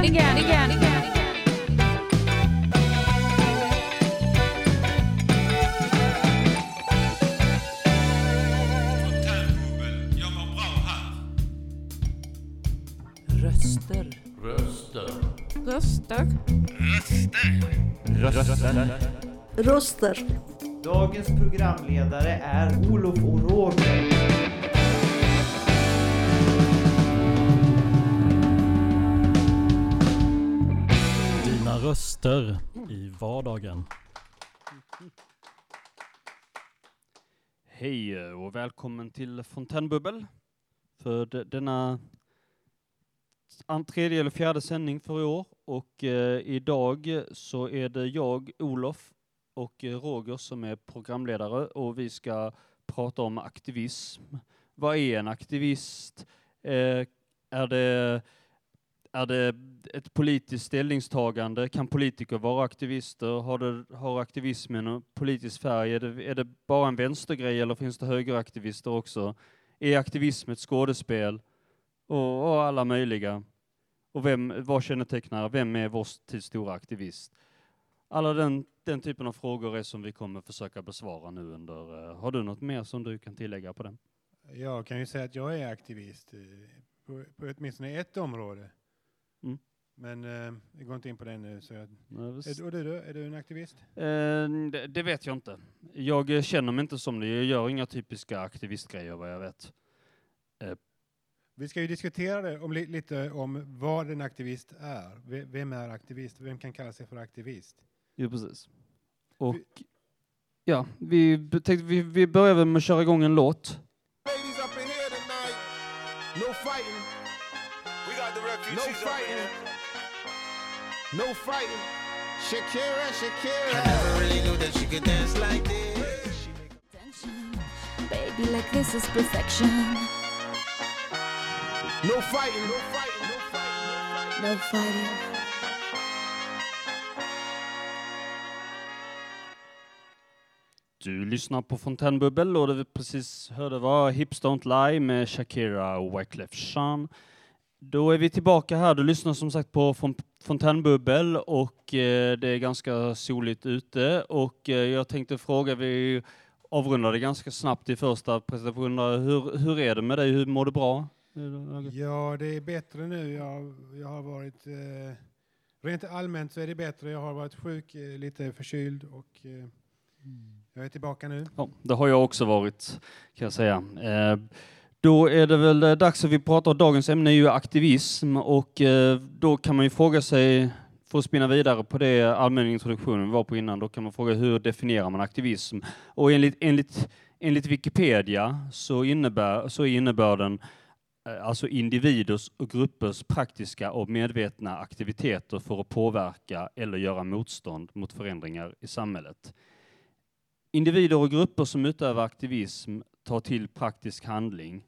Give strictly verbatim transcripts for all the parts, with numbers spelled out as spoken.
igen, igen, igen. Jag mår bra här. Röster. Röster. Röster. Röster. Röster. Dagens programledare är Olof och Roger. Dina röster i vardagen. Hej och välkommen till Fontänbubbel för de, denna an, tredje eller fjärde sändning för i år. Och eh, idag så är det jag, Olof och eh, Roger som är programledare och vi ska prata om aktivism. Vad är en aktivist? Eh, är det... Är det ett politiskt ställningstagande? Kan politiker vara aktivister? Har, det, har aktivismen en politisk färg? Är det, är det bara en vänstergrej eller finns det högeraktivister också? Är aktivism ett skådespel? Och, och alla möjliga. Och vem, vad kännetecknar? Vem är vår tids stora aktivist? Alla den, den typen av frågor är som vi kommer försöka besvara nu under. Har du något mer som du kan tillägga på den? Jag kan ju säga att jag är aktivist på, på åtminstone ett område. Mm. Men eh, jag går inte in på det nu. Så jag, Ja, är, och du då? Är du en aktivist? Eh, det, det vet jag inte. Jag känner mig inte som det. Jag gör inga typiska aktivistgrejer vad jag vet. Eh. Vi ska ju diskutera det om, li, lite om vad en aktivist är. V, vem är aktivist? Vem kan kalla sig för aktivist? Jo, precis. Och vi, ja, vi tänkte vi, vi börjar väl med att köra igång en låt. Ladies up in here tonight. No fighting. We got the refugees no fighting. No fighting. Shakira, Shakira. I never really knew that she could dance like this. Baby, like this is perfection. No fighting. No fighting. No fighting. No fighting. Du lyssnar på Fontänbubbel och det vi precis hörde var Hips Don't Lie med Shakira och Wyclef Jean. Då är vi tillbaka här. Du lyssnar som sagt på Fontänbubbel och eh, det är ganska soligt ute. Och eh, jag tänkte fråga, vi avrundade ganska snabbt i första presentationen. Hur, hur är det med dig? Hur mår du bra? Ja, det är bättre nu. Jag, jag har varit... Eh, rent allmänt så är det bättre. Jag har varit sjuk, eh, lite förkyld och... Eh, jag är tillbaka nu. Ja, det har jag också varit, kan jag säga. Eh, då är det väl dags att vi pratar om dagens ämne är ju aktivism och eh, då kan man ju fråga sig, för att spinna vidare på det allmänna introduktionen vi var på innan, då kan man fråga hur definierar man aktivism? Och enligt, enligt, enligt Wikipedia så innebär, så är innebörden eh, alltså individers och gruppers praktiska och medvetna aktiviteter för att påverka eller göra motstånd mot förändringar i samhället. Individer och grupper som utövar aktivism tar till praktisk handling,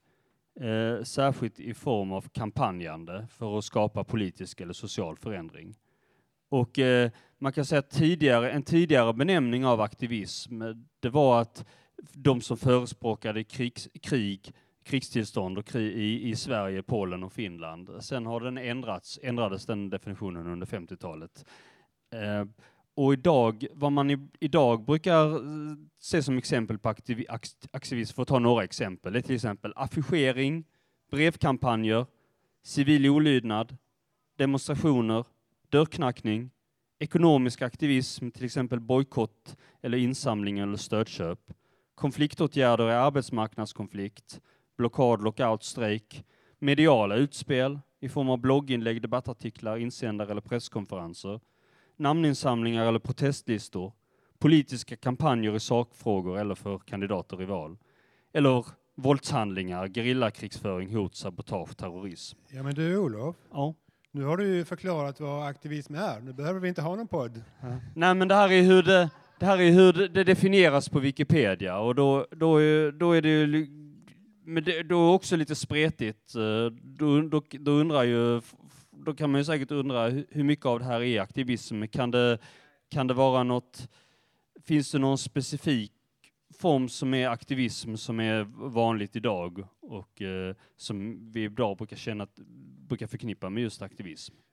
eh, särskilt i form av kampanjande för att skapa politisk eller social förändring. Och eh, man kan säga att tidigare, en tidigare benämning av aktivism, det var att de som förespråkade krigs, krig, krigstillstånd och krig i, i Sverige, Polen och Finland. Sen har den ändrats, ändrades den definitionen under femtiotalet. Eh, Och idag, vad man i, idag brukar se som exempel på aktiv, aktivism, för att ta några exempel, är till exempel affischering, brevkampanjer, civil olydnad, demonstrationer, dörrknackning, ekonomisk aktivism, till exempel bojkott eller insamling eller stödköp, konfliktåtgärder i arbetsmarknadskonflikt, blockad, lockout, strejk, mediala utspel i form av blogginlägg, debattartiklar, insändare eller presskonferenser, namninsamlingar eller protestlistor, politiska kampanjer i sakfrågor eller för kandidater i val, eller våldshandlingar, gerillakrigsföring, hot, sabotage, terrorism. Ja, men du Olof, Ja. nu har du ju förklarat vad aktivism är. Nu behöver vi inte ha någon podd. Ja. Nej, men det här är hur det, det, här är hur det definieras på Wikipedia och då, då, är, då är det ju men det, då är också lite spretigt. Då, då, då undrar ju Då kan man ju säkert undra hur mycket av det här är aktivism. Kan det, kan det vara något, finns det någon specifik form som är aktivism som är vanligt idag och eh, som vi idag brukar känna att, brukar förknippa med just aktivism?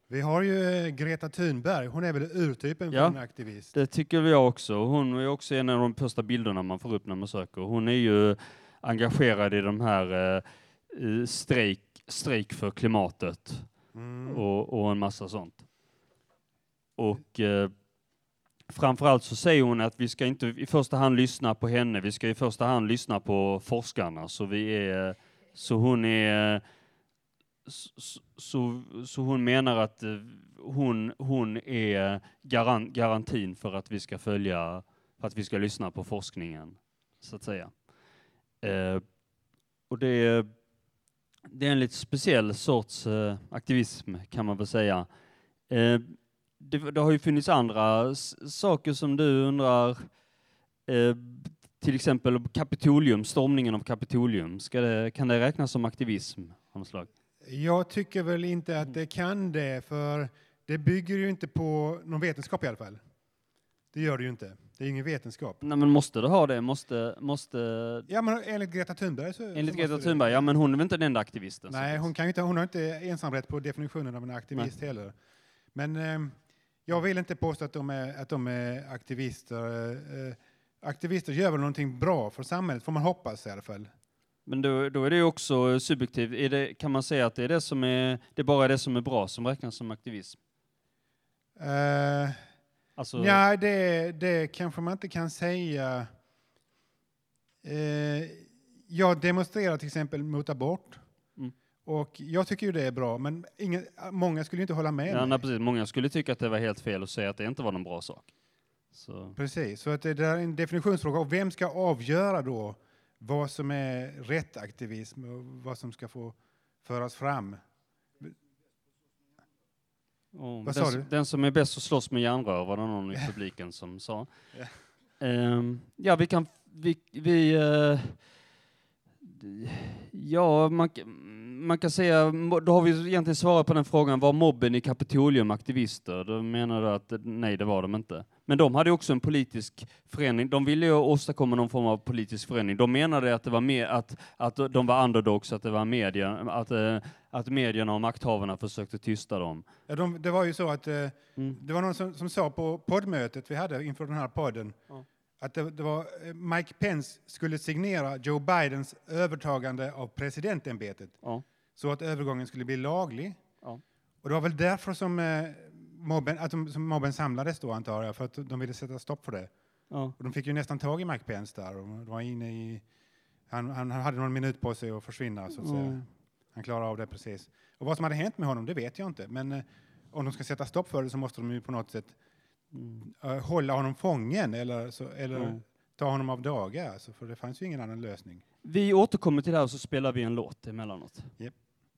Vi har ju Greta Thunberg, hon är väl urtypen för Ja, en aktivist. Det tycker jag också. Hon är också en av de första bilderna man får upp när man söker. Hon är ju engagerad i de här eh, strejk, strejk för klimatet Mm. och, och en massa sånt. Och eh, framförallt så säger hon att vi ska inte i första hand lyssna på henne, vi ska i första hand lyssna på forskarna. Så vi är, så hon är, så, så, så hon menar att hon, hon är garan, garantin för att vi ska följa, för att vi ska lyssna på forskningen, så att säga. Eh, och det är, det är en lite speciell sorts eh, aktivism, kan man väl säga. Eh, Det, det har ju funnits andra s- saker som du undrar, eh, till exempel Kapitolium, stormningen av Kapitolium. Ska det, kan det räknas som aktivism av något slag? Jag tycker väl inte att det kan det, för det bygger ju inte på någon vetenskap i alla fall. Det gör det ju inte. Det är ingen vetenskap. Nej, men måste det ha det? Måste, måste Ja, men enligt Greta Thunberg så... enligt så Greta måste Thunberg, det. ja men hon är väl inte den enda aktivisten? Nej, hon, kan ju inte, hon har inte ensamrätt på definitionen av en aktivist Nej. heller. Men eh, jag vill inte påstå att de är, att de är aktivister. Eh, aktivister gör väl någonting bra för samhället, får man hoppas i alla fall. Men då, då är det ju också subjektivt. Är det, kan man säga att det är det som är, det är bara det som är bra som räknas som aktivism? Eh, Alltså, Nej, det, det kanske man inte kan säga. Eh, jag demonstrerar till exempel mot abort. Mm. Och jag tycker ju det är bra, men ingen, många skulle ju inte hålla med ja, mig. nej, precis. Många skulle tycka att det var helt fel och säga att det inte var någon bra sak. Så. Precis, så att det där är en definitionsfråga. Och vem ska avgöra då vad som är rätt aktivism och vad som ska få föras fram? Oh, Vad den, sa du? den som är bäst att slåss med järnrör var det någon i publiken som sa. Ja. Ehm, ja, vi kan... Vi, vi, eh, ja, man, man kan säga... Då har vi egentligen svarat på den frågan. Var mobben i Kapitolium aktivister? Då menar du att nej, det var de inte. Men de hade också en politisk förening. De ville ju åstadkomma någon form av politisk förening. De menade att det var mer att, att de var underdogs, att det var media, att, att medierna och makthavarna försökte tysta dem. Ja, de, det var ju så att eh, Mm. det var någon som, som sa på poddmötet vi hade inför den här podden Ja. att det, det var eh, Mike Pence skulle signera Joe Bidens övertagande av presidentämbetet Ja. så att övergången skulle bli laglig. Ja. Och det var väl därför som, eh, mobben, att de, som mobben samlades då, antar jag, för att de ville sätta stopp för det. Ja. Och de fick ju nästan tag i Mike Pence där. Och de var inne i, han, han hade någon minut på sig att försvinna, så att säga. Mm. Han klarade av det precis. Och vad som hade hänt med honom, det vet jag inte. Men eh, om de ska sätta stopp för det så måste de ju på något sätt Mm. uh, hålla honom fången eller, så, eller Mm. ta honom av daga. Alltså, för det fanns ju ingen annan lösning. Vi återkommer till det här och så spelar vi en låt emellanåt. Yep.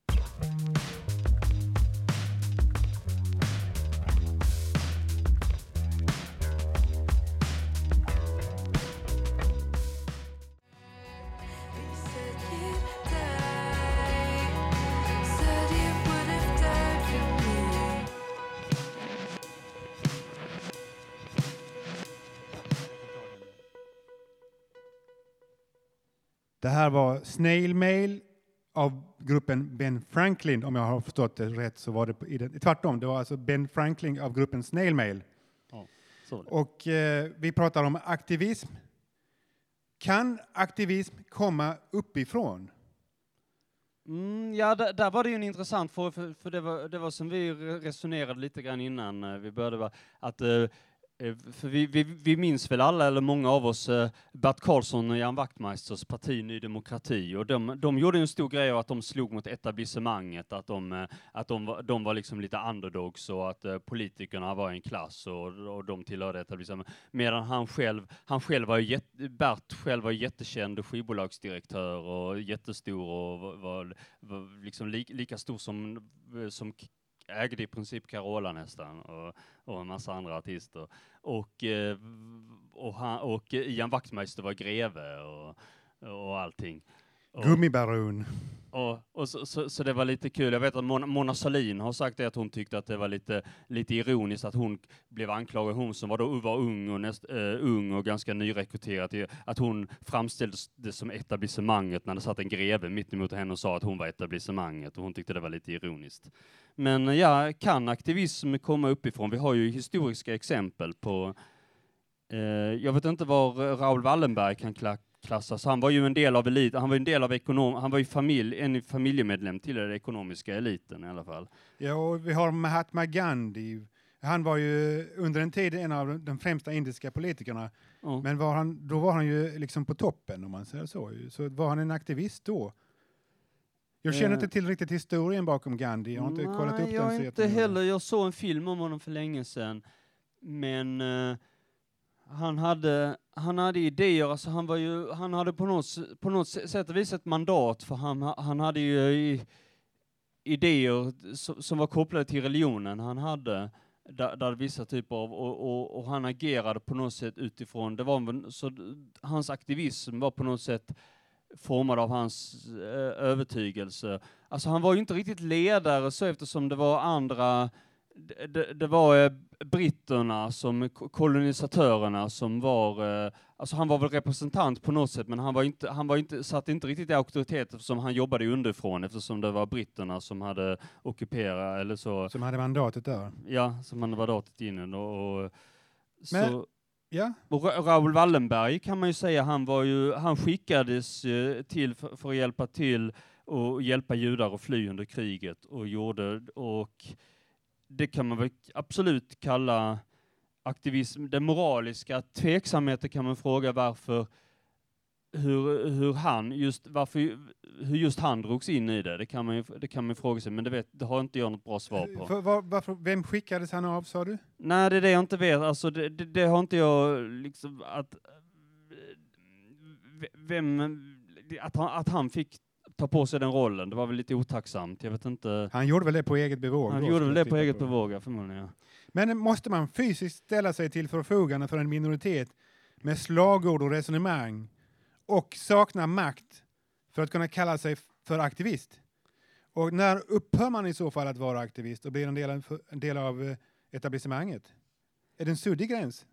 Det här var Snail Mail av gruppen Ben Franklin. Om jag har förstått det rätt så var det på, i den, tvärtom. Det var alltså Ben Franklin av gruppen Snail Mail. Ja, så var det. Och eh, vi pratar om aktivism. Kan aktivism komma uppifrån? Mm, ja, där, där var det ju en intressant fråga, för, för det, var, det var som vi resonerade lite grann innan eh, vi började, va, att eh, för vi, vi, vi minns väl alla, eller många av oss, eh, Bert Karlsson och Jan Wachtmeisters parti Ny Demokrati, och de, de gjorde en stor grej av att de slog mot etablissemanget, att de, eh, att de, var, de var liksom lite underdogs och att eh, politikerna var i en klass och, och de tillhörde etablissemanget. Medan han själv, han själv var jätte, Bert själv var jättekänd skivbolagsdirektör och jättestor och var, var, var liksom li, lika stor som, som ägde i princip Carola nästan och, och en massa andra artister. Och, och, han, och Ian Wachtmeister var greve och, och allting. Och, Gummibaron. och, och så, så, så det var lite kul. Jag vet att Mona, Mona Sahlin har sagt det, att hon tyckte att det var lite, lite ironiskt att hon blev anklagad, hon som var då var ung och, näst, uh, ung och ganska nyrekryterad, att hon framställdes det som etablissemanget när det satt en greve mitt emot henne och sa att hon var etablissemanget, och hon tyckte det var lite ironiskt. Men ja, kan aktivism komma uppifrån? Vi har ju historiska exempel på, uh, jag vet inte var Raoul Wallenberg kan klacka. Klassas. Han var ju en del av elit, han var en del av ekonom, han var ju familj, en familjemedlem till den ekonomiska eliten i alla fall. Ja, och vi har Mahatma Gandhi. Han var ju under en tid en av de främsta indiska politikerna. Ja. Men var han, då var han ju liksom på toppen, om man säger så. Så var han en aktivist då? Jag känner eh. inte till riktigt historien bakom Gandhi. Jag har inte Nej, kollat upp jag den. Jag inte heller. Jag såg en film om honom för länge sedan. Men uh, han hade han hade idéer, alltså han var ju han hade på något på något sätt visat ett mandat, för han han hade ju i, idéer som, som var kopplade till religionen han hade, där, där vissa typer av och, och, och han agerade på något sätt utifrån, det var så hans aktivism var på något sätt formad av hans eh, övertygelse. Alltså han var ju inte riktigt ledare så, eftersom det var andra Det, det, det var eh, britterna, som kolonisatörerna, som var, eh, alltså han var väl representant på något sätt, men han var inte, han var inte, satt inte riktigt i auktoritet, eftersom han jobbade underifrån, eftersom det var britterna som hade ockuperat, eller så. Som hade mandatet där. Ja, som hade mandatet innan. Och, och, men, så, ja. och Raoul Wallenberg kan man ju säga, han var ju, han skickades eh, till för, för att hjälpa till och hjälpa judar att fly under kriget, och gjorde, och det kan man väl absolut kalla aktivism. Det moraliska tveksamheter kan man fråga varför, hur, hur han just varför hur just han drogs in i det. Det kan man ju, det kan man fråga sig, men det vet det har inte jag något bra svar på. För, var, varför, vem skickades han av, sa du? Nej, det är det jag inte vet. Alltså det, det, det har inte jag liksom att vem att han, att han fick ta på sig den rollen. Det var väl lite otacksamt. Jag vet inte. Han gjorde väl det på eget bevåg? Han då, gjorde väl det på eget på. bevåg, förmodligen. Ja. Men måste man fysiskt ställa sig till förfogande för en minoritet med slagord och resonemang och sakna makt för att kunna kalla sig för aktivist? Och när upphör man i så fall att vara aktivist och blir en del av, en del av etablissemanget? Är det en suddig gräns?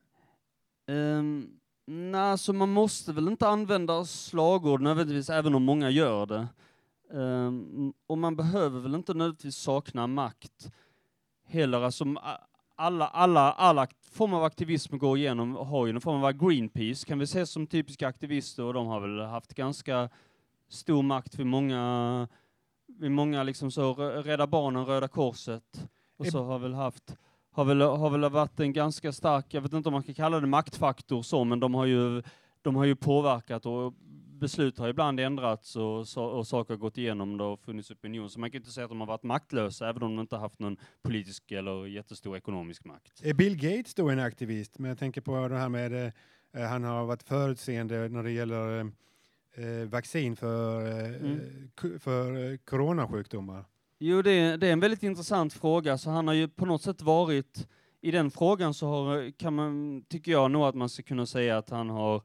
Um, nej, så man måste väl inte använda slagord nödvändigtvis, även om många gör det. Um, och man behöver väl inte nödvändigtvis sakna makt heller. Alltså, alla, alla, alla former av aktivism går igenom, har ju en form av Greenpeace, kan vi se som typiska aktivister, och de har väl haft ganska stor makt vid många, vid många liksom så, Rädda Barnen, Röda Korset, och så har väl haft har väl, har väl varit en ganska stark, jag vet inte om man kan kalla det maktfaktor så, men de har ju, de har ju påverkat, och beslut har ibland ändrats, och, och saker har gått igenom, det har funnits opinion, så man kan inte säga att de har varit maktlösa, även om de inte har haft någon politisk eller jättestor ekonomisk makt. Är Bill Gates då en aktivist? Men jag tänker på det här med, eh, han har varit förutseende när det gäller eh, vaccin för, eh, mm. k- för eh, coronasjukdomar. Jo, det är, det är en väldigt intressant fråga. Så han har ju på något sätt varit, i den frågan så har, kan man, tycker jag nog att man ska kunna säga att han har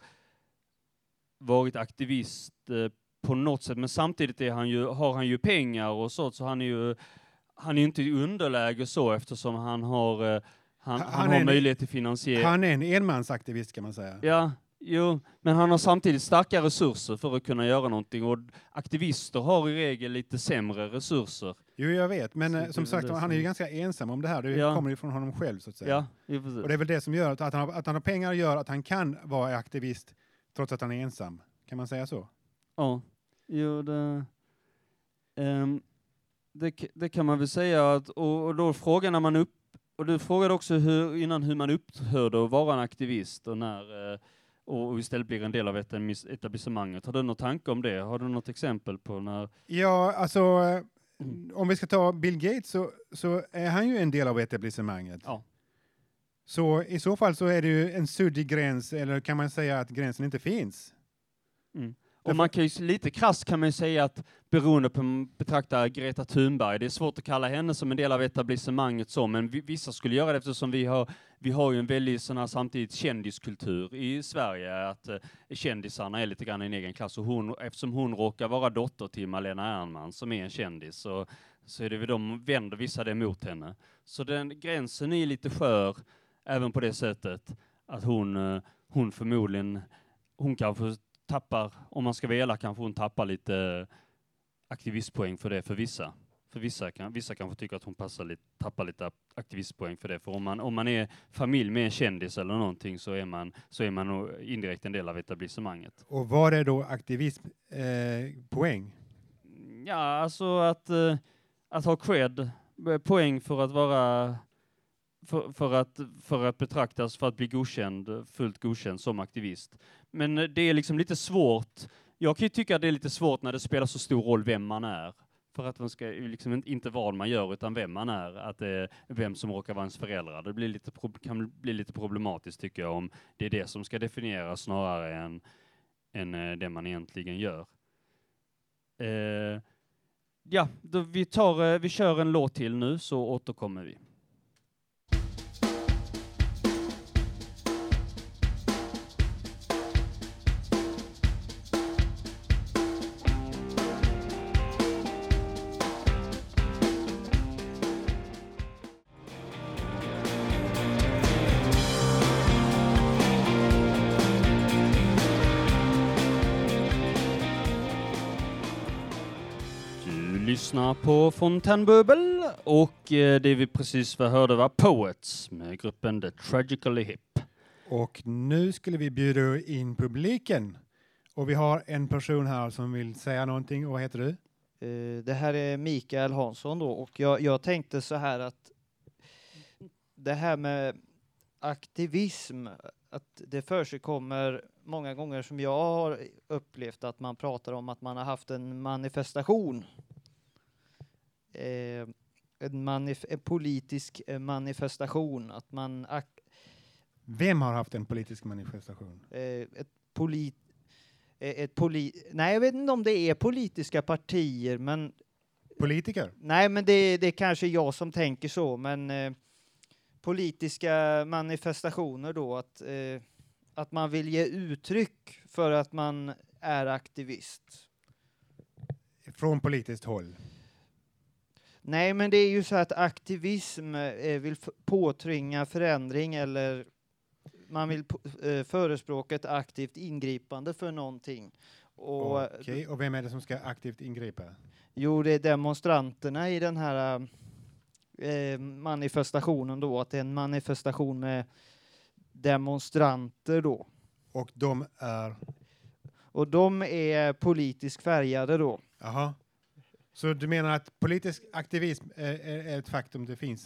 varit aktivist eh, på något sätt. Men samtidigt är han ju, har han ju pengar och så, så han är ju han är inte i underläge så, eftersom han har, eh, han, han, han har en, möjlighet till finansiering. Han är en enmansaktivist, kan man säga. Ja, jo, men han har samtidigt starka resurser för att kunna göra någonting, och aktivister har i regel lite sämre resurser. Jo, jag vet, men så som sagt, han är ju ganska ensam om det här. Det ja. kommer ju från honom själv, så att säga. Ja, jo, precis. Och det är väl det som gör att, att, han har, att han har pengar gör att han kan vara aktivist trots att han är ensam. Kan man säga så? Ja, jo, det, um, det, det kan man väl säga. Att, och, och då frågar när man upp, och du frågade också hur, innan hur man upphörde att vara en aktivist och när... Uh, och istället blir en del av ett etablissemanget. Har du någon tanke om det? Har du något exempel på när... Ja, alltså mm. om vi ska ta Bill Gates så, så är han ju en del av etablissemanget. Ja. Så i så fall så är det ju en suddig gräns, eller kan man säga att gränsen inte finns? Mm. Och man kan ju, lite krasst kan man ju säga att beroende på hur man betraktar Greta Thunberg, det är svårt att kalla henne som en del av etablissemanget så, men vi, vissa skulle göra det eftersom vi har, vi har ju en väldigt sån här samtidigt kändiskultur i Sverige, att eh, kändisarna är lite grann i en egen klass, och hon, eftersom hon råkar vara dotter till Malena Ernman som är en kändis, så, så är det vi de vänder vissa det mot henne. Så den gränsen är lite skör även på det sättet att hon, eh, hon förmodligen, hon kanske tappar, om man ska vela kanske hon tappar lite aktivistpoäng för det för vissa. För vissa kan vissa kanske tycker att hon passar lite, tappar lite aktivistpoäng för det. För om man om man är familj med en kändis eller någonting så är man så är man nog indirekt en del av etablissemanget. Och vad är då aktivistpoäng? Eh, ja, alltså att eh, att ha cred, poäng för att vara För, för, att, för att betraktas, för att bli godkänd, fullt godkänd som aktivist. Men det är liksom lite svårt. Jag kan ju tycka att det är lite svårt när det spelar så stor roll vem man är. För att man ska liksom inte vad man gör utan vem man är. Att det är vem som råkar vara ens föräldrar. Det blir lite, kan bli lite problematiskt tycker jag om det är det som ska definieras snarare än, än det man egentligen gör. Eh, ja, då vi, tar, vi kör en låt till nu så återkommer vi. Lyssna på Fontänbubbel och eh, det vi precis hörde var Poets med gruppen The Tragically Hip. Och nu skulle vi bjuda in publiken. Och vi har en person här som vill säga någonting. Och vad heter du? Uh, det här är Mikael Hansson då. Och jag, jag tänkte så här att det här med aktivism, att det försigkommer många gånger som jag har upplevt att man pratar om att man har haft en manifestation. Eh, en, manif- en politisk eh, manifestation. Att man ak- Vem har haft en politisk manifestation? Eh, ett polit... Eh, ett poli- nej, jag vet inte om det är politiska partier, men... Politiker? Nej, men det, det är kanske jag som tänker så, men eh, politiska manifestationer då, att, eh, att man vill ge uttryck för att man är aktivist. Från politiskt håll? Nej, men det är ju så att aktivism eh, vill f- påtvinga förändring eller man vill p- eh, förespråka ett aktivt ingripande för någonting. Och, Okej, okay. Och vem är det som ska aktivt ingripa? Jo, det är demonstranterna i den här eh, manifestationen då, att det är en manifestation med demonstranter då. Och de är? Och de är politiskt färgade då. Jaha. Så du menar att politisk aktivism är, är ett faktum det finns?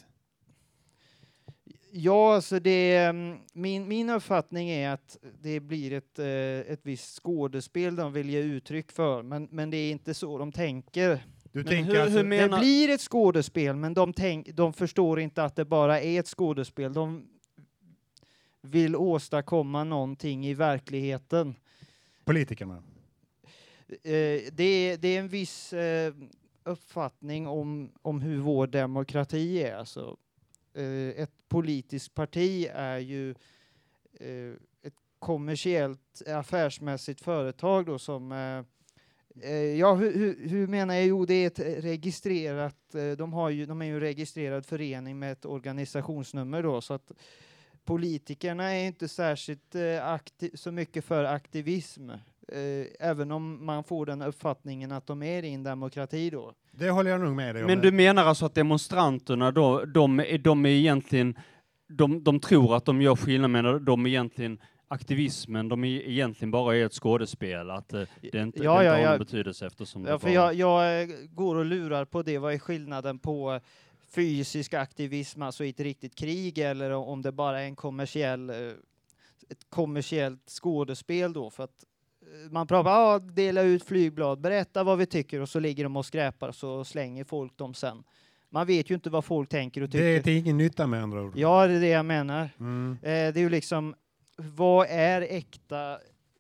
Ja, alltså det, min, min uppfattning är att det blir ett, ett visst skådespel de vill ge uttryck för, men, men det är inte så de tänker. Du men tänker hur, alltså, hur menar... Det blir ett skådespel, men de, tänk, de förstår inte att det bara är ett skådespel. De vill åstadkomma någonting i verkligheten. Politikerna? Eh, det, det är en viss eh, uppfattning om, om hur vår demokrati är. Alltså, eh, ett politiskt parti är ju eh, ett kommersiellt affärsmässigt företag då som eh, eh, ja, hur, hur, hur menar jag? Jo, det är ett registrerat, eh, de, har ju, de är ju en registrerad förening med ett organisationsnummer då, så att politikerna är inte särskilt eh, aktiv, så mycket för aktivism. Eh, även om man får den uppfattningen att de är i en demokrati då. Det håller jag nog med dig om. Men du menar alltså att demonstranterna då, de, är, de är egentligen, de, de tror att de gör skillnad, men de är egentligen aktivismen, de är egentligen bara är ett skådespel, att eh, det inte, ja, det ja, inte har ja. någon betydelse eftersom Ja, det för bara... jag, jag eh, går och lurar på det. Vad är skillnaden på fysisk aktivism, alltså i ett riktigt krig, eller om det bara är en kommersiell, eh, ett kommersiellt skådespel då, för att man pratar, ah, dela ut flygblad, berätta vad vi tycker, och så ligger de och skräpar, så slänger folk dem sen. Man vet ju inte vad folk tänker och tycker. Det är till ingen nytta med andra ord. Ja, det är det jag menar. Mm. Eh, det är ju liksom, vad är äkta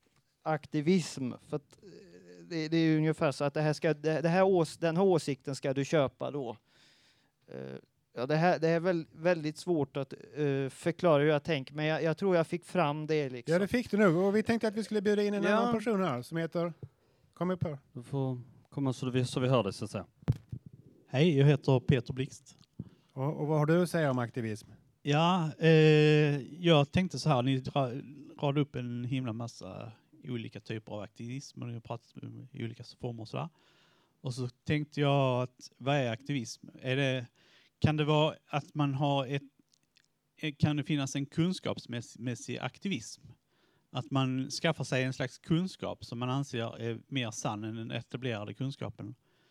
aktivism. För att det, det är ju ungefär så att det här ska, det, det här ås, den här åsikten ska du köpa då. Uh, ja, det, här, det är väl väldigt svårt att uh, förklara hur jag tänker, men jag, jag tror jag fick fram det. Liksom. Ja, det fick du nog. Och vi tänkte att vi skulle bjuda in en ja. annan person här som heter... Kom upp här. Du får komma så vi, så vi hör det, så att säga. Hej, jag heter Peter Blixt. Och, och vad har du att säga om aktivism? Ja, eh, jag tänkte så här, ni dra, radade upp en himla massa olika typer av aktivism och ni har pratat i olika former och sådär. Och så tänkte jag att, vad är aktivism? Är det, kan det vara att man har ett, kan det finnas en kunskapsmässig aktivism? Att man skaffar sig en slags kunskap som man anser är mer sann än den etablerade kunskapen.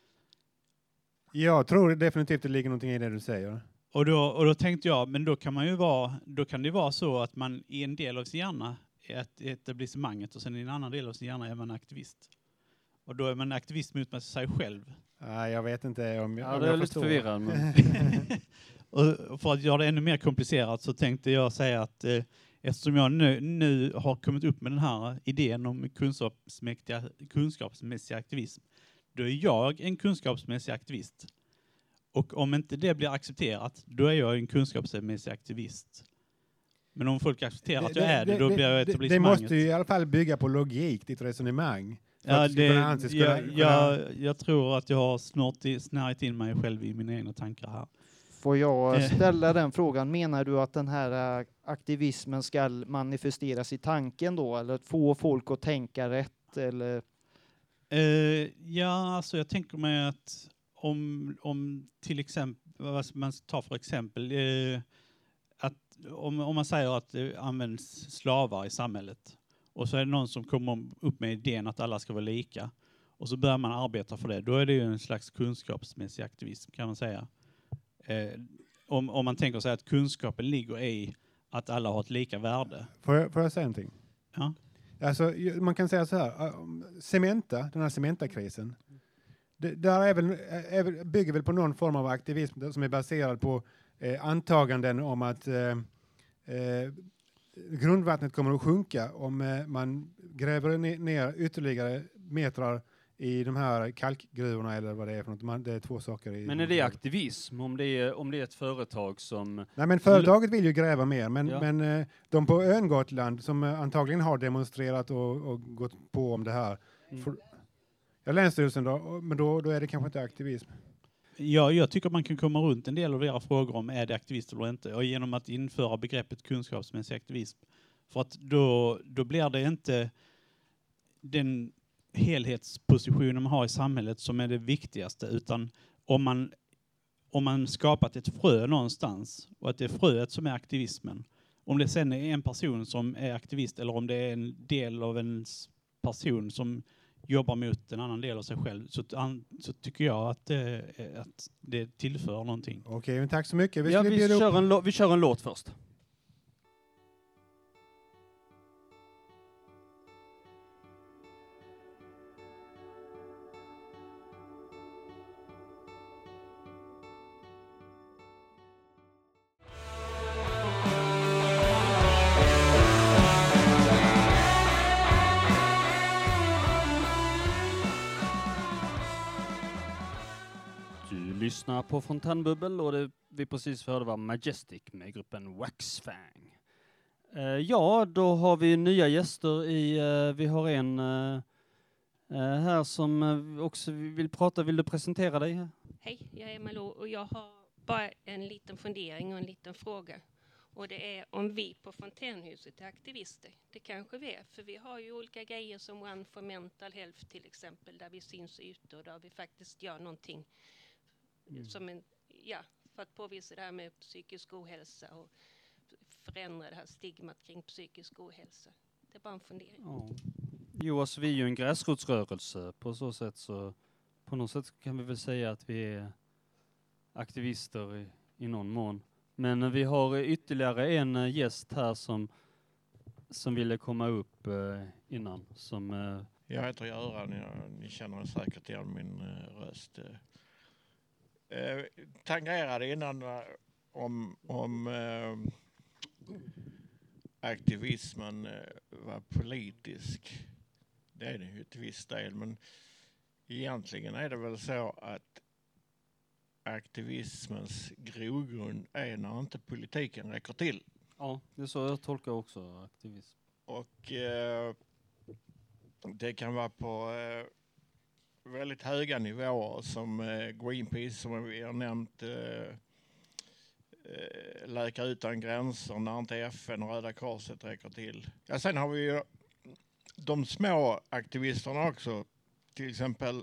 Jag tror definitivt det ligger någonting i det du säger. Och då, och då tänkte jag, men då kan man ju vara, då kan det vara så att man i en del av sin hjärna är ett etablissemanget och sen i en annan del av sin hjärna är man aktivist. Och då är man aktivist mot sig själv. Nej, jag vet inte om jag, ja, om det är jag lite förstår. förvirrad. Men... Och för att göra det ännu mer komplicerat så tänkte jag säga att eh, eftersom jag nu, nu har kommit upp med den här idén om kunskapsmässiga, kunskapsmässig aktivism, då är jag en kunskapsmässig aktivist. Och om inte det blir accepterat, då är jag en kunskapsmässig aktivist. Men om folk accepterar att jag är det, då blir jag etablissemanget. Det måste ju i alla fall bygga på logik, ditt resonemang. Ja, det, jag, jag, jag, jag tror att jag har snart i, snärjt in mig själv i mina egna tankar här. Får jag ställa den frågan? Menar du att den här äh, aktivismen ska manifesteras i tanken då? Eller få folk att tänka rätt? Eller? Uh, ja, alltså jag tänker mig att om, om till exempel, vad man tar för exempel, uh, att om, om man säger att det används slavar i samhället och så är det någon som kommer upp med idén att alla ska vara lika och så börjar man arbeta för det, då är det ju en slags kunskapsmässig aktivism kan man säga. Uh, om, om man tänker sig att kunskapen ligger i att alla har ett lika värde. Får jag, får jag säga någonting? Ja. Alltså, man kan säga så här, Cementa, den här Cementa-krisen, det, där är väl, är, bygger väl på någon form av aktivism som är baserad på eh, antaganden om att eh, eh, grundvattnet kommer att sjunka om eh, man gräver ner, ner ytterligare metrar i de här kalkgruvorna eller vad det är för något. Man, det är två saker. I men är det aktivism om det är, om det är ett företag som... Nej, men företaget vill ju gräva mer. Men, ja. men eh, de på ön Gotland som eh, antagligen har demonstrerat och, och gått på om det här. Mm. För, ja, Länsstyrelsen då, men då, då är det kanske inte aktivism. Ja, jag tycker man kan komma runt en del av era frågor om är det aktivist eller inte. Och genom att införa begreppet kunskapsmässig aktivism. För att då, då blir det inte den helhetspositionen man har i samhället som är det viktigaste, utan om man om man skapat ett frö någonstans och att det är fröet som är aktivismen, om det sen är en person som är aktivist eller om det är en del av en person som jobbar mot en annan del av sig själv, så, så tycker jag att det, att det tillför någonting. Okej, men tack så mycket. Vi, ja, vi, kör en, vi kör en låt först. Lyssna på Fontänbubbel och det vi precis hörde var Majestic med gruppen Waxfang. Uh, ja, då har vi nya gäster i, uh, vi har en uh, uh, här som uh, också vill prata. Vill du presentera dig? Hej, jag är Malou och jag har bara en liten fundering och en liten fråga. Och det är om vi på Fontänhuset är aktivister. Det kanske vi är, för vi har ju olika grejer som One for Mental Health till exempel, där vi syns ute och där vi faktiskt gör någonting mm. som en, ja, för att påvisa det här med psykisk ohälsa och förändra det här stigmat kring psykisk ohälsa. Det är bara en fundering. Ja. Jo, alltså vi är ju en gräsrotsrörelse på så sätt, så på något sätt kan vi väl säga att vi är aktivister i, i någon mån. Men vi har ytterligare en gäst här som, som ville komma upp eh, innan. Som, eh, jag heter Göran, jag, ni känner säkert igen min eh, röst. Eh, tangerade innan eh, om, om eh, aktivismen eh, var politisk. det är det ju till viss del, men egentligen är det väl så att aktivismens grogrund är när inte politiken räcker till. Ja, det är så jag tolkar också aktivism. Och eh, det kan vara på eh, väldigt höga nivåer som eh, Greenpeace, som vi har nämnt, eh, Läkare utan gränser, när inte F N och Röda Korset räcker till. Ja, sen har vi ju de små aktivisterna också, till exempel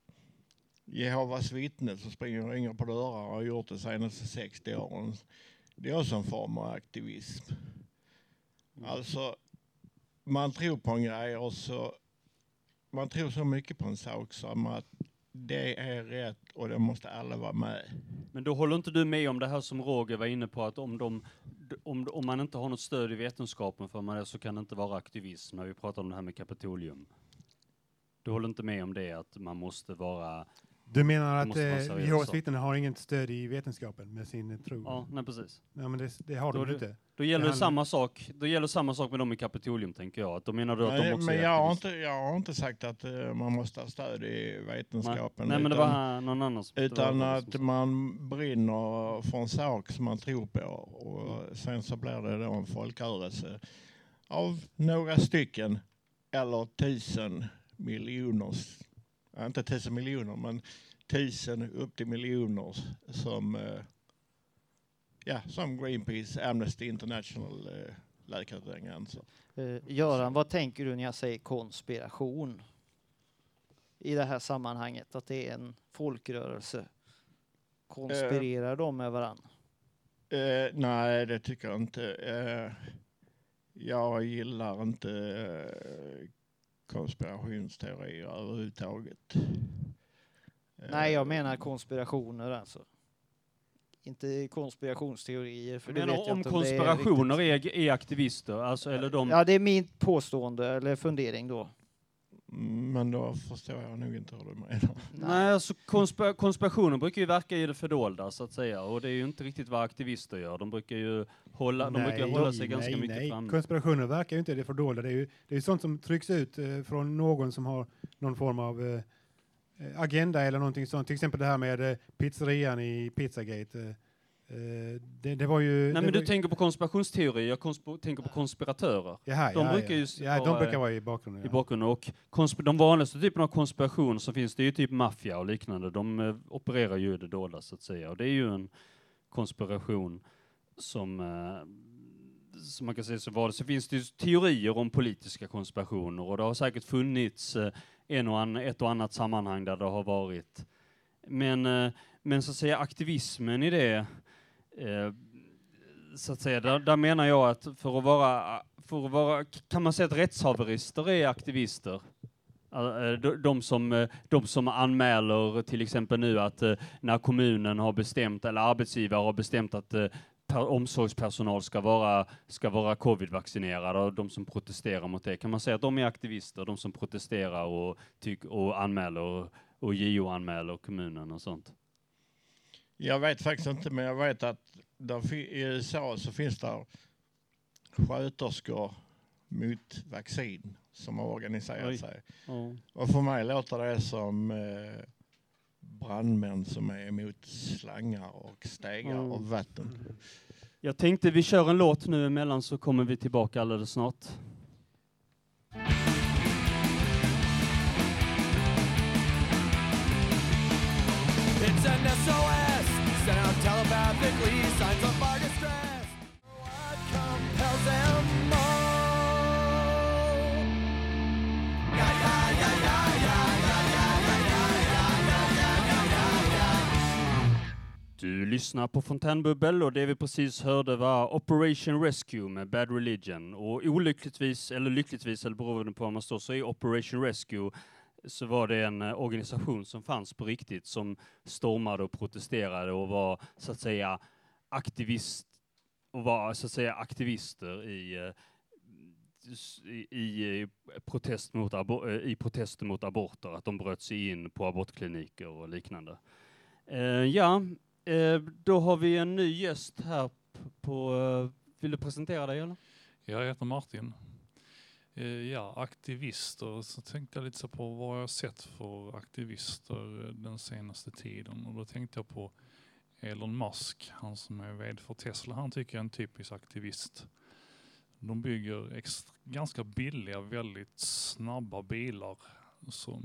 Jehovas vittnen som springer och ringer på dörrar och har gjort det senaste sextio åren. Det är också en form av aktivism. Alltså, man tror på en grej och så man tror så mycket på en sak som att det är rätt och det måste alla vara med. Men då håller inte du med om det här som Roger var inne på, att om, de, om, om man inte har något stöd i vetenskapen för man så kan det inte vara aktivism, när vi pratar om det här med Kapitolium. Du håller inte med om det, att man måste vara... Du menar att eh, Jehovas vittnen har inget stöd i vetenskapen med sin tro? Ja, nej precis. Ja, men det, det har då de inte. Då gäller det det samma sak. Då gäller samma sak med dem i Kapitolium, tänker jag. Att då menar du att nej, de också men är jag har, aktivister. inte, jag har inte sagt att uh, man måste ha stöd i vetenskapen. Nej, nej men utan, det var någon annan som... Utan att man brinner för en sak som man tror på. Och sen så blir det då en folkrörelse av några stycken eller tusen miljoner. Ja, inte tusen miljoner, men tusen upp till miljoner som, uh, ja, som Greenpeace, Amnesty International, uh, Läkare utan gränser. Uh, Göran, vad tänker du när jag säger konspiration i det här sammanhanget? Att det är en folkrörelse. Konspirerar uh, de med varandra? Uh, nej, det tycker jag inte. Uh, jag gillar inte uh, konspirationsteorier överhuvudtaget. Nej, jag menar konspirationer alltså. Inte konspirationsteorier. För men det vet jag om inte konspirationer om är, är, är aktivister, alltså, eller de... Ja, det är min påstående eller fundering då. Men då förstår jag nog inte hur du menar. Nej, alltså konspira- konspirationer brukar ju verka i det fördolda, så att säga. Och det är ju inte riktigt vad aktivister gör. De brukar ju hålla, nej, de brukar hålla sig nej, ganska nej, mycket nej. fram. Konspirationer verkar ju inte i det fördolda. Det är ju det är sånt som trycks ut eh, från någon som har någon form av eh, agenda eller någonting sånt. Till exempel det här med eh, pizzerian i Pizzagate. Eh, det, det var ju... Nej, men det du tänker på konspirationsteorier, jag konsp- tänker på konspiratörer. Jaha, de ja, brukar ja. ju ja, de brukar vara i bakgrunden. I Ja. bakgrunden. Och konsp- de vanligaste typerna av konspiration som finns, det är ju typ maffia och liknande. De eh, opererar ju i det dolda, så att säga. Och det är ju en konspiration som... Eh, som man kan säga så var det. Så finns det ju teorier om politiska konspirationer. Och det har säkert funnits eh, en och an- ett och annat sammanhang där det har varit. Men, eh, men så att säga aktivismen i det... Eh, så att säga, där, där menar jag att för att vara, för att vara, kan man säga att rättshaverister är aktivister? De, de, som, de som anmäler till exempel nu att när kommunen har bestämt, eller arbetsgivare har bestämt att per, omsorgspersonal ska vara, ska vara covid-vaccinerad, och de som protesterar mot det, kan man säga att de är aktivister, de som protesterar och, tyck, och anmäler och J O-anmäler kommunen och sånt? Jag vet faktiskt inte, men jag vet att där i U S A så finns det sköterskor mot vaccin som har organiserat Oj. sig. Oh. Och för mig låter det som eh, brandmän som är emot slangar och stegar oh. och vatten. Jag tänkte vi kör en låt nu emellan, så kommer vi tillbaka alldeles snart. It's an S O S, sent out telepathically, signs of our distress. What compels them all? Ja, ja, ja, ja, ja, ja, ja, ja, ja, ja, ja, ja. Du lyssnar på Fontänbubbel, och det vi precis hörde var Operation Rescue med Bad Religion. Och olyckligtvis, eller lyckligtvis, eller beroende på vad man står, så är Operation Rescue, så var det en eh, organisation som fanns på riktigt, som stormade och protesterade och var så att säga aktivist och var så att säga aktivister i eh, i, i protest mot abo- i protester mot aborter, att de bröt sig in på abortkliniker och liknande. Eh, ja, eh, då har vi en ny gäst här på, på eh, vill du presentera dig eller? Jag heter Martin. Eh, ja, aktivister. Så tänkte jag lite så på vad jag har sett för aktivister den senaste tiden. Och då tänkte jag på Elon Musk, han som är vd för Tesla. Han tycker jag är en typisk aktivist. De bygger extra, ganska billiga, väldigt snabba bilar som,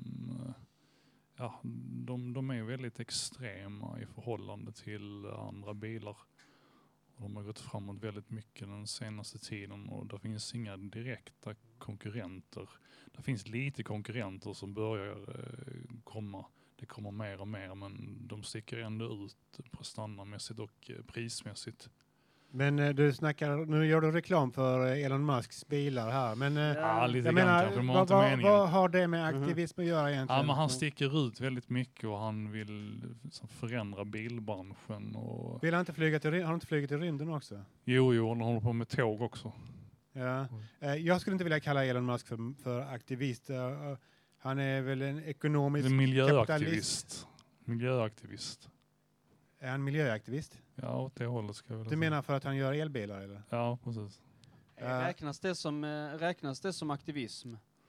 ja, de, de är väldigt extrema i förhållande till andra bilar. Och de har gått framåt väldigt mycket den senaste tiden och det finns inga direkta konkurrenter. Det finns lite konkurrenter som börjar eh, komma. Det kommer mer och mer, men de sticker ändå ut standardmässigt och eh, prismässigt. Men eh, du snackar, nu gör du reklam för eh, Elon Musks bilar här. Men eh, ja, lite jag grann menar, kanske, men vad, inte vad, meningen. vad har det med aktivism att göra egentligen? Ja, men han sticker ut väldigt mycket och han vill liksom förändra bilbranschen. Och... Vill han inte flyga till, ry- har han inte flugit till rymden också? Jo, jo, han håller på med tåg också. Ja. Eh, jag skulle inte vilja kalla Elon Musk för, för aktivist. Uh, han är väl en ekonomisk en miljöaktivist. kapitalist. Miljöaktivist. Är han miljöaktivist? Ja, åt det hållet ska jag väl Du säga. menar för att han gör elbilar eller? Ja, precis. Uh, Räknas det som, eh, räknas det som aktivism?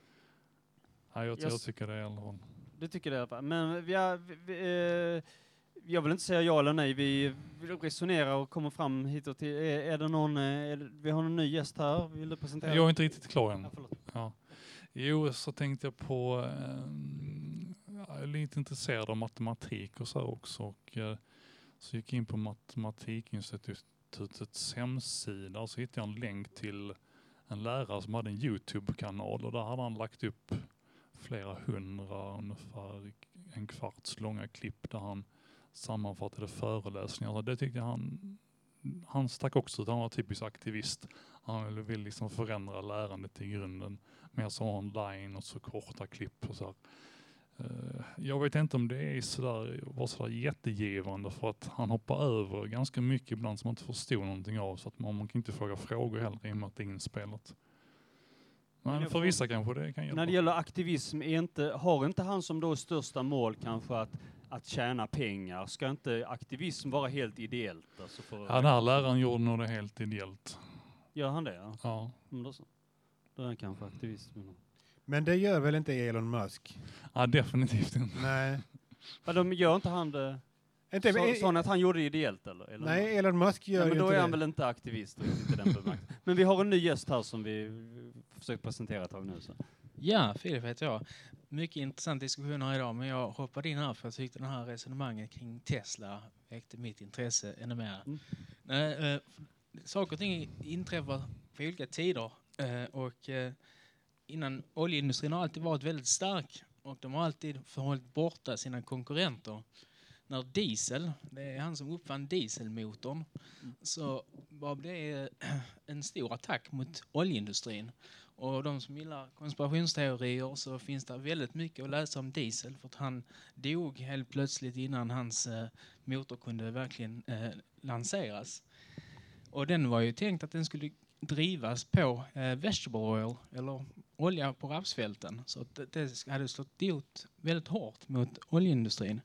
Ja, jag, Jag jag tycker det är i alla fall. Du tycker det? Va? Men vi, har, vi, vi, eh, jag vill inte säga ja eller nej. Vi resonerar och kommer fram hit och till. Är, är det någon, är det, vi har en ny gäst här. Vill du presentera? Jag är inte riktigt klar än. Ja, förlåt. Ja. Jo, så tänkte jag på... Eh, jag är lite intresserad av matematik och så här också. Och, eh, så gick jag in på Matematikinstitutets hemsida och så hittade jag en länk till en lärare som hade en YouTube-kanal och där hade han lagt upp flera hundra, ungefär en kvarts långa klipp där han sammanfattade föreläsningar. Det tyckte jag han, han stack också ut. Han var typisk aktivist. Han vill liksom förändra lärandet i grunden. Mer så online och så korta klipp och så här. Jag vet inte om det är sådär, var sådär jättegivande för att han hoppar över ganska mycket ibland som man inte förstod någonting av så att man, man kan inte fråga frågor heller i och med att det är inspelat. Men för vissa kanske det kan hjälpa. När det gäller aktivism, är inte, har inte han som då största mål kanske att, att tjäna pengar? Ska inte aktivism vara helt ideellt? Alltså för ja, den här läraren gjorde nog det helt ideellt. Gör han det? Ja. Ja. Men då, så. Då är han kanske aktivist. Men... Men det gör väl inte Elon Musk? Ja, definitivt inte. Nej. Men de gör inte han det... Inte, så, men, så att han gjorde det ideellt eller? eller nej, Elon Musk gör nej, men ju då inte är han det. väl inte aktivist riktigt i den bemärkelsen. Men vi har en ny gäst här som vi försöker presentera ett tag nu. Så. Ja, Filip heter jag. Mycket intressant diskussion här idag, men jag hoppade in här för jag tyckte den här resonemanget kring Tesla väckte mitt intresse ännu mer. Mm. Nej, äh, saker och ting inträffar på olika tider äh, och äh, innan oljeindustrin har alltid varit väldigt stark och de har alltid förhållit borta sina konkurrenter. När diesel, det är han som uppfann dieselmotorn, mm. så var det en stor attack mot oljeindustrin. Och de som gillar konspirationsteorier så finns det väldigt mycket att läsa om diesel för att han dog helt plötsligt innan hans eh, motor kunde verkligen eh, lanseras. Och den var ju tänkt att den skulle drivas på eh, vegetable oil eller olja på rapsfälten. Så att det, det hade slått ut väldigt hårt mot oljeindustrin.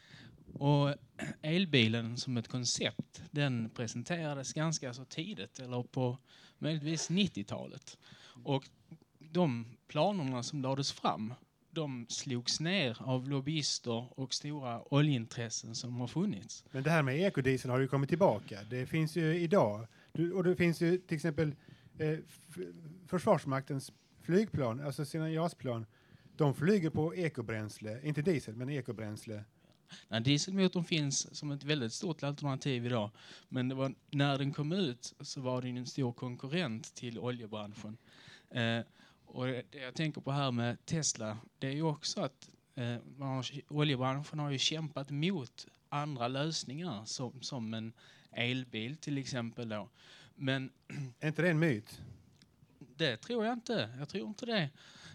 Och elbilen som ett koncept, den presenterades ganska så tidigt eller på möjligtvis nittiotalet. Och de planerna som lades fram, de slogs ner av lobbyister och stora oljeintressen som har funnits. Men det här med ekodiesel har ju kommit tillbaka. Det finns ju idag. Du, och det finns ju till exempel eh, f- Försvarsmaktens flygplan, alltså sina JAS-plan, de flyger på ekobränsle, inte diesel men ekobränsle. Nej, dieselmotorn finns som ett väldigt stort alternativ idag. Men det var, när den kom ut så var den en stor konkurrent till oljebranschen. Eh, och det, det jag tänker på här med Tesla, det är ju också att eh, man har, oljebranschen har ju kämpat mot andra lösningar som, som en elbil till exempel då. Men är inte det en myt? Det tror jag inte. Jag tror inte det.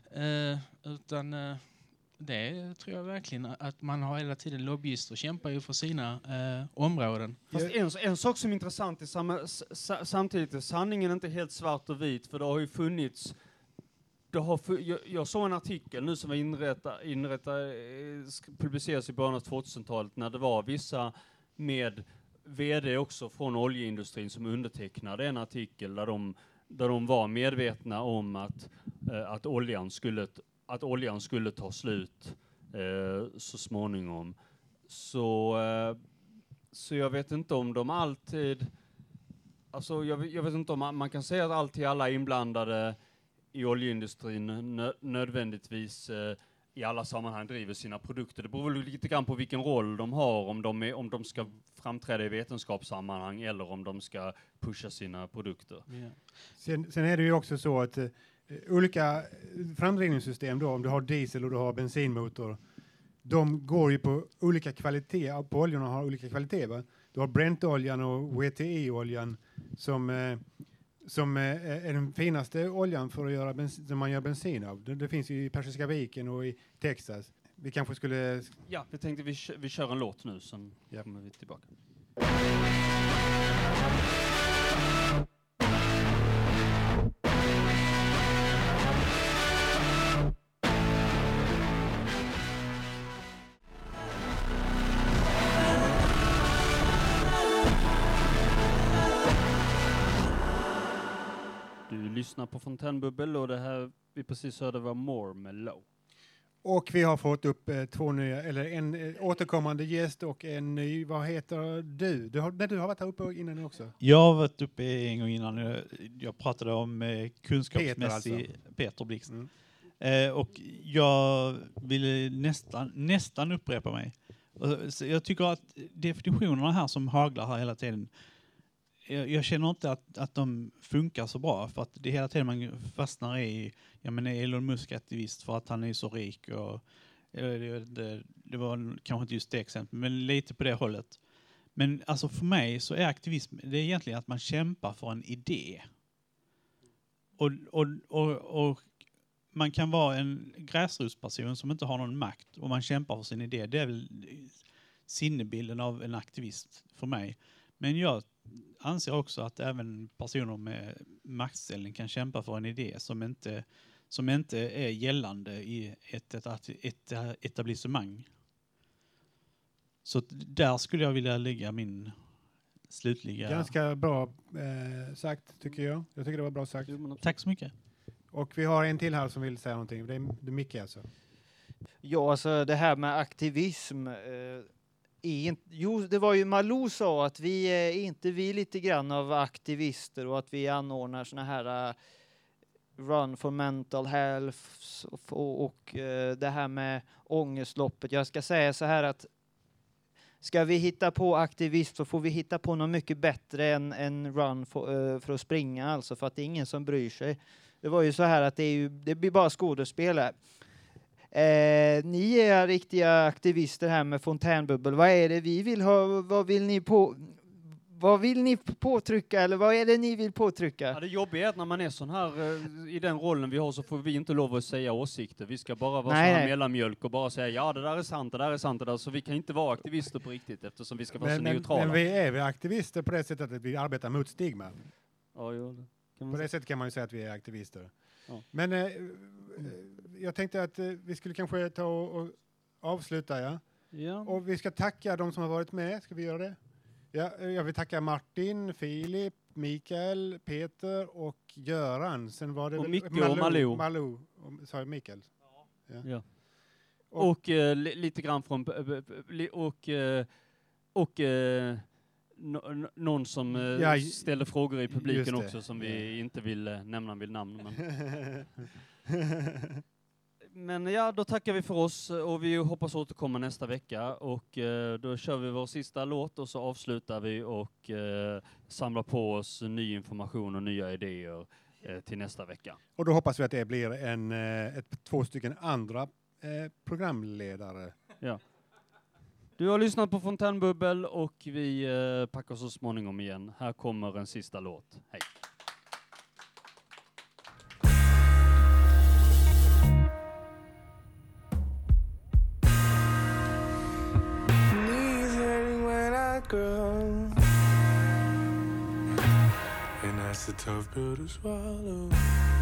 Eh, utan... Eh, Det tror jag verkligen att man har hela tiden lobbyister och kämpar ju för sina eh, områden. Fast en, en sak som är intressant är samma, sa, samtidigt är sanningen inte helt svart och vit för det har ju funnits det har för, jag, jag såg en artikel nu som var inrätta, inrätta, publiceras i början av tvåtusentalet när det var vissa med vd också från oljeindustrin som undertecknade en artikel där de där de var medvetna om att, eh, att, oljan skulle, att oljan skulle ta slut eh, så småningom. Så, eh, så jag vet inte om de alltid... Alltså jag, jag vet inte om man, man kan säga att alltid alla inblandade i oljeindustrin nö, nödvändigtvis eh, i alla sammanhang driver sina produkter. Det beror väl lite grann på vilken roll de har, om de, är, om de ska framträda i vetenskapssammanhang eller om de ska pusha sina produkter. Yeah. Sen, sen är det ju också så att uh, olika framdrivningssystem då, om du har diesel och du har bensinmotor, de går ju på olika kvalitet, på oljorna har olika kvalitet, va? Du har Brent-oljan och W T I-oljan som, eh, som eh, är den finaste oljan för att göra bensin, som man gör bensin av. Det, det finns ju i Persiska viken och i Texas. Vi kanske skulle... Ja, vi tänkte vi, vi kör en låt nu, sen ja. kommer vi tillbaka. Lyssna på Fontänbubbel och det här vi precis hörde var More med Low. Och vi har fått upp eh, två nya, eller en eh, återkommande gäst och en ny, vad heter du? Du har, nej, du har varit här uppe innan också. Jag har varit uppe en gång innan. Jag, jag pratade om eh, kunskapsmässig Peter, alltså. Peter Blixt. Mm. Eh, och jag vill nästan, nästan upprepa mig. Och, så jag tycker att definitionerna här som haglar här hela tiden, jag känner inte att, att de funkar så bra, för att det är hela tiden man fastnar i, ja men är Elon Musk aktivist för att han är så rik och det, det, det var kanske inte just det exempel, men lite på det hållet. Men alltså för mig så är aktivism, det är egentligen att man kämpar för en idé. Och, och, och, och man kan vara en gräsrotsperson som inte har någon makt och man kämpar för sin idé. Det är väl sinnebilden av en aktivist för mig. Men jag anser också att även personer med maktställning kan kämpa för en idé som inte, som inte är gällande i ett, ett, ett etablissemang. Så där skulle jag vilja lägga min slutliga... Ganska bra eh, sagt, tycker jag. Jag tycker det var bra sagt. Tack så mycket. Och vi har en till här som vill säga någonting. Det är, det är Micke alltså. Ja, alltså det här med aktivism... Eh, Inte, jo, det var ju Malou sa att vi är inte vi lite grann av aktivister och att vi anordnar såna här uh, run for mental health och, och uh, det här med ångestloppet. Jag ska säga så här att ska vi hitta på aktivism så får vi hitta på något mycket bättre än en run for, uh, för att springa, alltså, för att det är ingen som bryr sig. Det var ju så här att det, är ju, det blir bara skådespelare. Eh, ni är riktiga aktivister här med Fontänbubbel. Vad är det vi vill ha? Vad vill ni på? Vad vill ni påtrycka? Eller vad är det ni vill påtrycka? Ja, det jobbiga är att när man är sån här eh, i den rollen vi har så får vi inte lov att säga åsikter. Vi ska bara vara nej, sån här mellanmjölk och bara säga ja, det där är sant, det där är sant, det där. Så vi kan inte vara aktivister på riktigt eftersom vi ska vara men, så men, neutrala. Men vi är vi aktivister på det sättet att vi arbetar mot stigma. Ja, jo, det kan man på säga. det sättet kan man ju säga att vi är aktivister. Ja. Men eh, jag tänkte att eh, vi skulle kanske ta och, och avsluta, ja? Ja. Och vi ska tacka de som har varit med. Ska vi göra det? Ja, jag vill tacka Martin, Filip, Mikael, Peter och Göran. Sen var det och väl Micke Malou, och Malou. Malou. Sa jag Mikael? Ja. ja. Och, och uh, li, lite grann från och uh, och uh, no, någon som uh, ja, ställer frågor i publiken också som vi ja. inte vill uh, nämna vid namn. Men. Men ja, då tackar vi för oss och vi hoppas återkomma nästa vecka och eh, då kör vi vår sista låt och så avslutar vi och eh, samlar på oss ny information och nya idéer eh, till nästa vecka. Och då hoppas vi att det blir en, eh, ett, två stycken andra eh, programledare. Ja. Du har lyssnat på Fontänbubbel och vi eh, packar så småningom igen. Här kommer en sista låt. Hej! Girl, and that's a tough pill to swallow.